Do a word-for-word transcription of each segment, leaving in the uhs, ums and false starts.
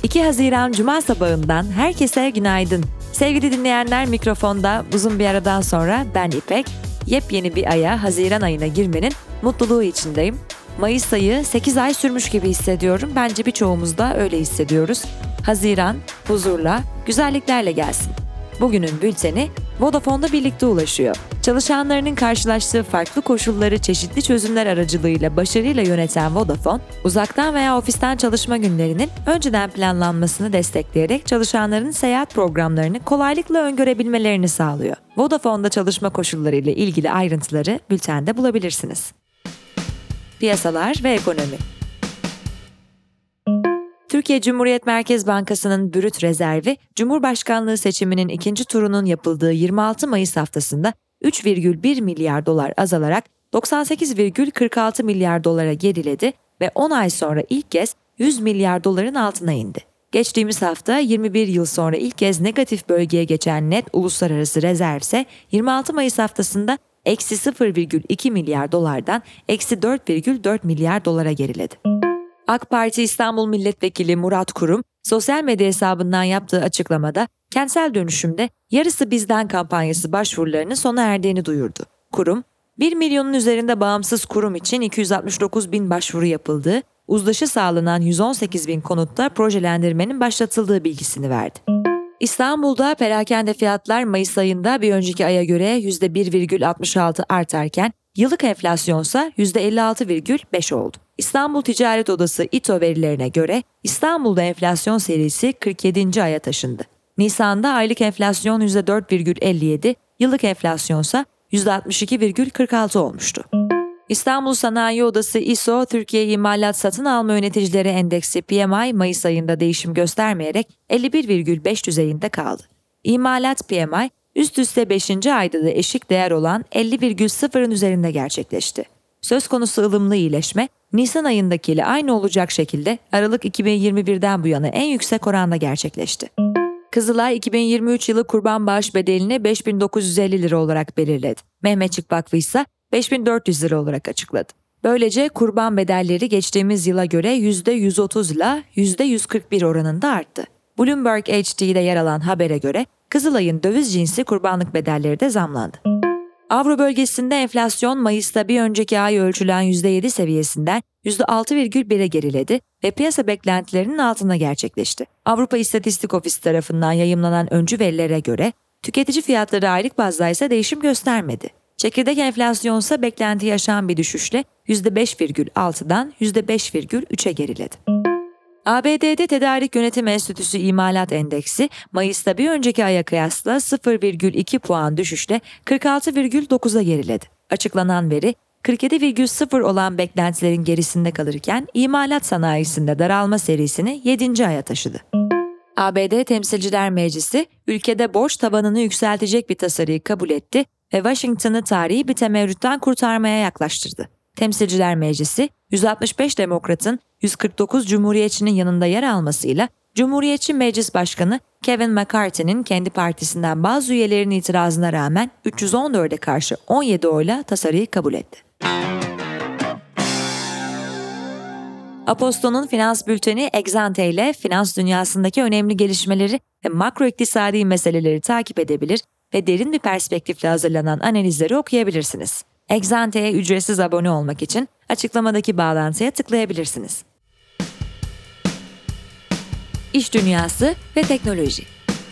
iki Haziran Cuma sabahından herkese günaydın. Sevgili dinleyenler, mikrofonda uzun bir aradan sonra ben İpek. Yepyeni bir aya, Haziran ayına girmenin mutluluğu içindeyim. Mayıs ayı sekiz ay sürmüş gibi hissediyorum. Bence birçoğumuz da öyle hissediyoruz. Haziran huzurla, güzelliklerle gelsin. Bugünün bülteni Vodafone'da birlikte ulaşıyor. Çalışanlarının karşılaştığı farklı koşulları çeşitli çözümler aracılığıyla başarıyla yöneten Vodafone, uzaktan veya ofisten çalışma günlerinin önceden planlanmasını destekleyerek çalışanların seyahat programlarını kolaylıkla öngörebilmelerini sağlıyor. Vodafone'da çalışma koşulları ile ilgili ayrıntıları bültende bulabilirsiniz. Piyasalar ve ekonomi. Türkiye Cumhuriyet Merkez Bankası'nın brüt rezervi, Cumhurbaşkanlığı seçiminin ikinci turunun yapıldığı yirmi altı Mayıs haftasında üç virgül bir milyar dolar azalarak doksan sekiz virgül kırk altı milyar dolara geriledi ve on ay sonra ilk kez yüz milyar doların altına indi. Geçtiğimiz hafta yirmi bir yıl sonra ilk kez negatif bölgeye geçen net uluslararası rezerv ise yirmi altı Mayıs haftasında eksi sıfır virgül iki milyar dolardan eksi dört virgül dört milyar dolara geriledi. AK Parti İstanbul Milletvekili Murat Kurum, sosyal medya hesabından yaptığı açıklamada kentsel dönüşümde yarısı bizden kampanyası başvurularının sona erdiğini duyurdu. Kurum, bir milyonun üzerinde bağımsız kurum için iki yüz altmış dokuz bin başvuru yapıldığı, uzlaşı sağlanan yüz on sekiz bin konutta projelendirmenin başlatıldığı bilgisini verdi. İstanbul'da perakende fiyatlar Mayıs ayında bir önceki aya göre yüzde bir virgül altmış altı artarken, yıllık enflasyonsa yüzde elli altı virgül beş oldu. İstanbul Ticaret Odası İTO verilerine göre İstanbul'da enflasyon serisi kırk yedinci aya taşındı. Nisan'da aylık enflasyon yüzde dört virgül elli yedi, yıllık enflasyonsa yüzde altmış iki virgül kırk altı olmuştu. İstanbul Sanayi Odası İSO, Türkiye İmalat Satın Alma Yöneticileri Endeksi P M I Mayıs ayında değişim göstermeyerek elli bir virgül beş düzeyinde kaldı. İmalat P M I, üst üste beşinci ayda da eşik değer olan elli virgül sıfırın üzerinde gerçekleşti. Söz konusu ılımlı iyileşme, Nisan ayındakiyle aynı olacak şekilde Aralık iki bin yirmi birden bu yana en yüksek oranda gerçekleşti. Kızılay iki bin yirmi üç yılı kurban bağış bedelini beş bin dokuz yüz elli lira olarak belirledi. Mehmetçik Vakfı ise beş bin dört yüz lira olarak açıkladı. Böylece kurban bedelleri geçtiğimiz yıla göre yüzde yüz otuz ile yüzde yüz kırk bir oranında arttı. Bloomberg H D'de yer alan habere göre Kızılay'ın döviz cinsi kurbanlık bedelleri de zamlandı. Avro bölgesinde enflasyon Mayıs'ta bir önceki ay ölçülen yüzde yedi seviyesinden yüzde altı virgül bire geriledi ve piyasa beklentilerinin altında gerçekleşti. Avrupa İstatistik Ofisi tarafından yayımlanan öncü verilere göre tüketici fiyatları aylık bazda ise değişim göstermedi. Çekirdek enflasyon ise beklentiyi aşan bir düşüşle yüzde beş virgül altıdan yüzde beş virgül üçe geriledi. A B D'de Tedarik Yönetim Enstitüsü İmalat Endeksi, Mayıs'ta bir önceki aya kıyasla sıfır virgül iki puan düşüşle kırk altı virgül dokuza geriledi. Açıklanan veri, kırk yedi virgül sıfır olan beklentilerin gerisinde kalırken imalat sanayisinde daralma serisini yedinci aya taşıdı. A B D Temsilciler Meclisi, ülkede borç tabanını yükseltecek bir tasarıyı kabul etti ve Washington'ı tarihi bir temerrütten kurtarmaya yaklaştırdı. Temsilciler Meclisi, yüz altmış beş demokratın yüz kırk dokuz cumhuriyetçinin yanında yer almasıyla Cumhuriyetçi Meclis Başkanı Kevin McCarthy'nin kendi partisinden bazı üyelerinin itirazına rağmen üç yüz on dörde karşı on yedi oyla tasarıyı kabul etti. Aposto'nun finans bülteni Exante ile finans dünyasındaki önemli gelişmeleri ve makro iktisadi meseleleri takip edebilir ve derin bir perspektifle hazırlanan analizleri okuyabilirsiniz. Exante'ye ücretsiz abone olmak için açıklamadaki bağlantıya tıklayabilirsiniz. İş dünyası ve teknoloji.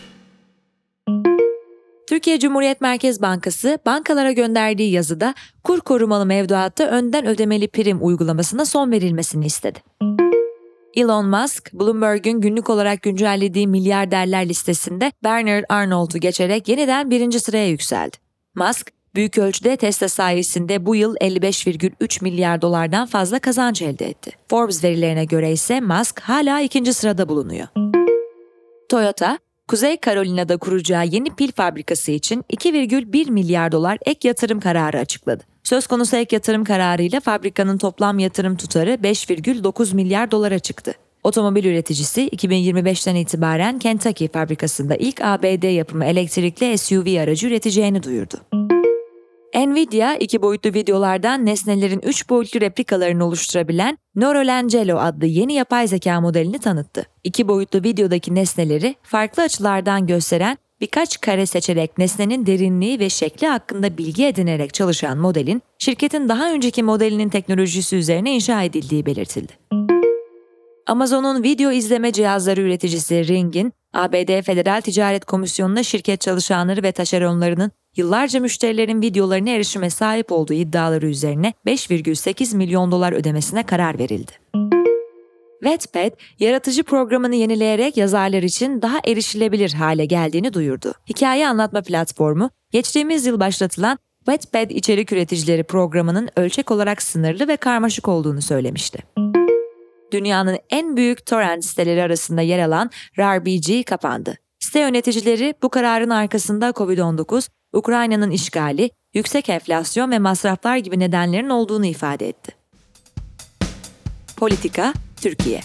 Türkiye Cumhuriyet Merkez Bankası, bankalara gönderdiği yazıda kur korumalı mevduatta önden ödemeli prim uygulamasına son verilmesini istedi. Elon Musk, Bloomberg'un günlük olarak güncellediği milyarderler listesinde Bernard Arnault'u geçerek yeniden birinci sıraya yükseldi. Musk, büyük ölçüde Tesla sayesinde bu yıl elli beş virgül üç milyar dolardan fazla kazanç elde etti. Forbes verilerine göre ise Musk hala ikinci sırada bulunuyor. Toyota, Kuzey Carolina'da kuracağı yeni pil fabrikası için iki virgül bir milyar dolar ek yatırım kararı açıkladı. Söz konusu ek yatırım kararıyla fabrikanın toplam yatırım tutarı beş virgül dokuz milyar dolara çıktı. Otomobil üreticisi iki bin yirmi beşten itibaren Kentucky fabrikasında ilk A B D yapımı elektrikli S U V aracı üreteceğini duyurdu. Nvidia, iki boyutlu videolardan nesnelerin üç boyutlu replikalarını oluşturabilen Neuralangelo adlı yeni yapay zeka modelini tanıttı. İki boyutlu videodaki nesneleri farklı açılardan gösteren birkaç kare seçerek nesnenin derinliği ve şekli hakkında bilgi edinerek çalışan modelin, şirketin daha önceki modelinin teknolojisi üzerine inşa edildiği belirtildi. Amazon'un video izleme cihazları üreticisi Ring'in, A B D Federal Ticaret Komisyonu'na şirket çalışanları ve taşeronlarının yıllarca müşterilerin videolarına erişime sahip olduğu iddiaları üzerine beş virgül sekiz milyon dolar ödemesine karar verildi. Wattpad, yaratıcı programını yenileyerek yazarlar için daha erişilebilir hale geldiğini duyurdu. Hikaye anlatma platformu, geçtiğimiz yıl başlatılan Wattpad içerik üreticileri programının ölçek olarak sınırlı ve karmaşık olduğunu söylemişti. Dünyanın en büyük torrent siteleri arasında yer alan R A R B G kapandı. Site yöneticileri bu kararın arkasında kovid on dokuz, Ukrayna'nın işgali, yüksek enflasyon ve masraflar gibi nedenlerin olduğunu ifade etti. Politika, Türkiye.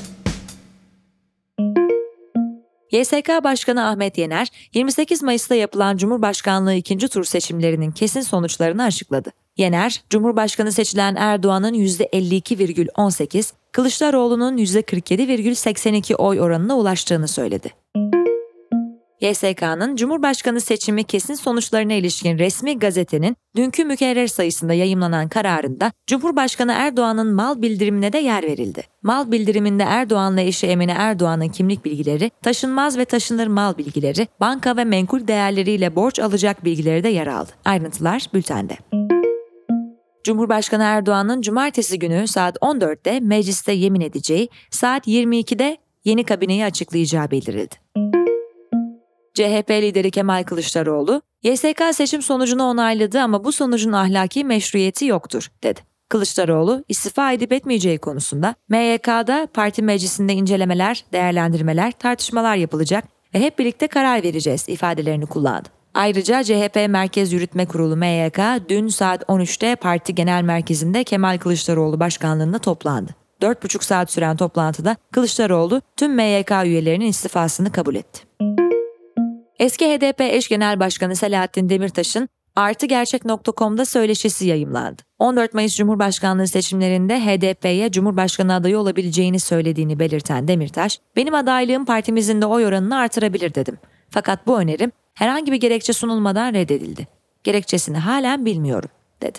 Y S K Başkanı Ahmet Yener, yirmi sekiz Mayıs'ta yapılan Cumhurbaşkanlığı ikinci tur seçimlerinin kesin sonuçlarını açıkladı. Yener, Cumhurbaşkanı seçilen Erdoğan'ın yüzde elli iki virgül on sekiz, Kılıçdaroğlu'nun yüzde kırk yedi virgül seksen iki oy oranına ulaştığını söyledi. Y S K'nın Cumhurbaşkanı seçimi kesin sonuçlarına ilişkin resmi gazetenin dünkü mükerrer sayısında yayımlanan kararında Cumhurbaşkanı Erdoğan'ın mal bildirimine de yer verildi. Mal bildiriminde Erdoğan'la eşi Emine Erdoğan'ın kimlik bilgileri, taşınmaz ve taşınır mal bilgileri, banka ve menkul değerleriyle borç alacak bilgileri de yer aldı. Ayrıntılar bültende. Cumhurbaşkanı Erdoğan'ın cumartesi günü saat on dörtte mecliste yemin edeceği, saat yirmi ikide yeni kabineyi açıklayacağı bildirildi. C H P lideri Kemal Kılıçdaroğlu, Y S K seçim sonucunu onayladı ama bu sonucun ahlaki meşruiyeti yoktur, dedi. Kılıçdaroğlu, istifa edip etmeyeceği konusunda M Y K'da parti meclisinde incelemeler, değerlendirmeler, tartışmalar yapılacak ve hep birlikte karar vereceğiz ifadelerini kullandı. Ayrıca C H P Merkez Yürütme Kurulu M Y K dün saat on üçte parti genel merkezinde Kemal Kılıçdaroğlu başkanlığında toplandı. dört buçuk saat süren toplantıda Kılıçdaroğlu tüm M Y K üyelerinin istifasını kabul etti. Eski H D P eş genel başkanı Selahattin Demirtaş'ın artıgerçek nokta com'da söyleşisi yayımlandı. on dört Mayıs Cumhurbaşkanlığı seçimlerinde H D P'ye Cumhurbaşkanı adayı olabileceğini söylediğini belirten Demirtaş, "Benim adaylığım partimizin de oy oranını artırabilir" dedim. Fakat bu önerim herhangi bir gerekçe sunulmadan reddedildi. Gerekçesini halen bilmiyorum, dedi.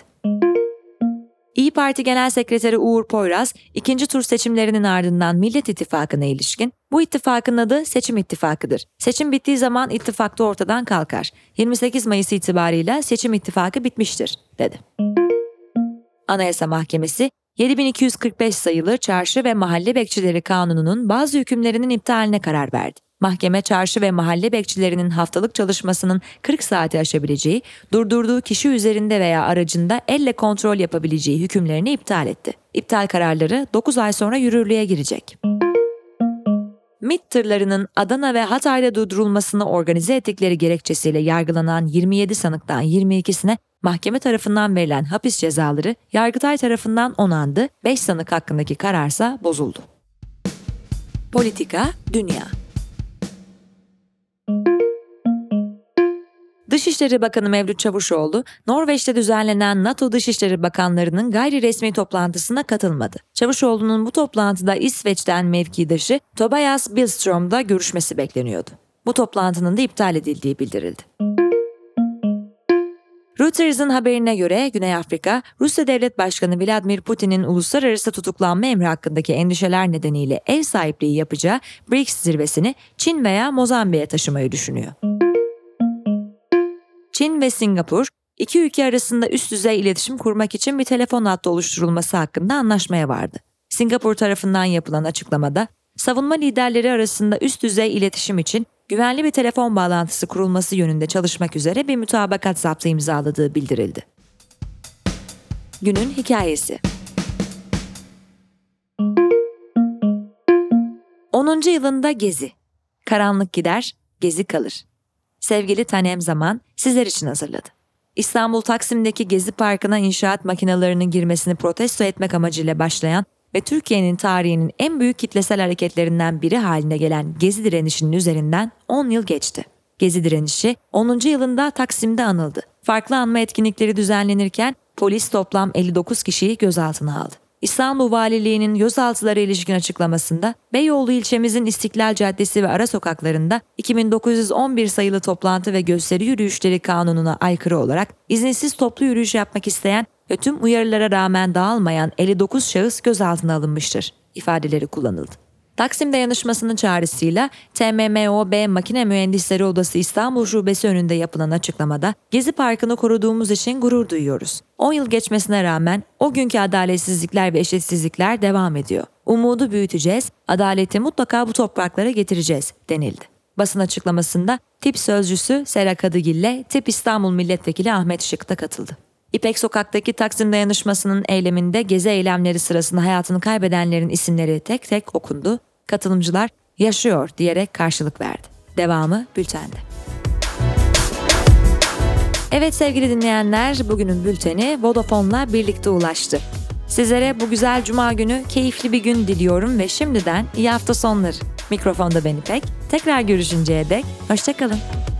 İYİ Parti Genel Sekreteri Uğur Poyraz, ikinci tur seçimlerinin ardından Millet İttifakı'na ilişkin, "Bu ittifakın adı Seçim İttifakı'dır. Seçim bittiği zaman ittifak da ortadan kalkar. yirmi sekiz Mayıs itibarıyla Seçim İttifakı bitmiştir," dedi. Anayasa Mahkemesi, yedi bin iki yüz kırk beş sayılı Çarşı ve Mahalle Bekçileri Kanunu'nun bazı hükümlerinin iptaline karar verdi. Mahkeme, çarşı ve mahalle bekçilerinin haftalık çalışmasının kırk saati aşabileceği, durdurduğu kişi üzerinde veya aracında elle kontrol yapabileceği hükümlerini iptal etti. İptal kararları dokuz ay sonra yürürlüğe girecek. MİT tırlarının Adana ve Hatay'da durdurulmasını organize ettikleri gerekçesiyle yargılanan yirmi yedi sanıktan yirmi ikisine mahkeme tarafından verilen hapis cezaları Yargıtay tarafından onandı, beş sanık hakkındaki kararsa bozuldu. Politika, dünya. Dışişleri Bakanı Mevlüt Çavuşoğlu, Norveç'te düzenlenen NATO Dışişleri Bakanlarının gayri resmi toplantısına katılmadı. Çavuşoğlu'nun bu toplantıda İsveç'ten mevkidaşı Tobias Billström'da görüşmesi bekleniyordu. Bu toplantının da iptal edildiği bildirildi. Reuters'ın haberine göre Güney Afrika, Rusya Devlet Başkanı Vladimir Putin'in uluslararası tutuklanma emri hakkındaki endişeler nedeniyle ev sahipliği yapacağı B R I C S zirvesini Çin veya Mozambik'e taşımayı düşünüyor. Çin ve Singapur, iki ülke arasında üst düzey iletişim kurmak için bir telefon hattı oluşturulması hakkında anlaşmaya vardı. Singapur tarafından yapılan açıklamada, savunma liderleri arasında üst düzey iletişim için güvenli bir telefon bağlantısı kurulması yönünde çalışmak üzere bir mütabakat zaptı imzaladığı bildirildi. Günün hikayesi. onuncu yılında Gezi. Karanlık gider, Gezi kalır. Sevgili Tanem Zaman sizler için hazırladı. İstanbul Taksim'deki Gezi Parkı'na inşaat makinelerinin girmesini protesto etmek amacıyla başlayan ve Türkiye'nin tarihinin en büyük kitlesel hareketlerinden biri haline gelen Gezi direnişinin üzerinden on yıl geçti. Gezi direnişi onuncu yılında Taksim'de anıldı. Farklı anma etkinlikleri düzenlenirken polis toplam elli dokuz kişiyi gözaltına aldı. İstanbul Valiliği'nin gözaltılara ilişkin açıklamasında Beyoğlu ilçemizin İstiklal Caddesi ve ara sokaklarında iki bin dokuz yüz on bir sayılı toplantı ve gösteri yürüyüşleri kanununa aykırı olarak izinsiz toplu yürüyüş yapmak isteyen ve tüm uyarılara rağmen dağılmayan elli dokuz şahıs gözaltına alınmıştır ifadeleri kullanıldı. Taksim Dayanışması'nın çağrısıyla T M M O B Makine Mühendisleri Odası İstanbul Şubesi önünde yapılan açıklamada Gezi Parkı'nı koruduğumuz için gurur duyuyoruz. on yıl geçmesine rağmen o günkü adaletsizlikler ve eşitsizlikler devam ediyor. Umudu büyüteceğiz, adaleti mutlaka bu topraklara getireceğiz denildi. Basın açıklamasında tip sözcüsü Sera Kadıgil'le tip İstanbul Milletvekili Ahmet Şık da katıldı. İpek Sokak'taki Taksim Dayanışması'nın eyleminde gezi eylemleri sırasında hayatını kaybedenlerin isimleri tek tek okundu. Katılımcılar yaşıyor diyerek karşılık verdi. Devamı bültende. Evet sevgili dinleyenler, bugünün bülteni Vodafone'la birlikte ulaştı. Sizlere bu güzel cuma günü keyifli bir gün diliyorum ve şimdiden iyi hafta sonları. Mikrofonda ben İpek. Tekrar görüşünceye dek hoşça kalın.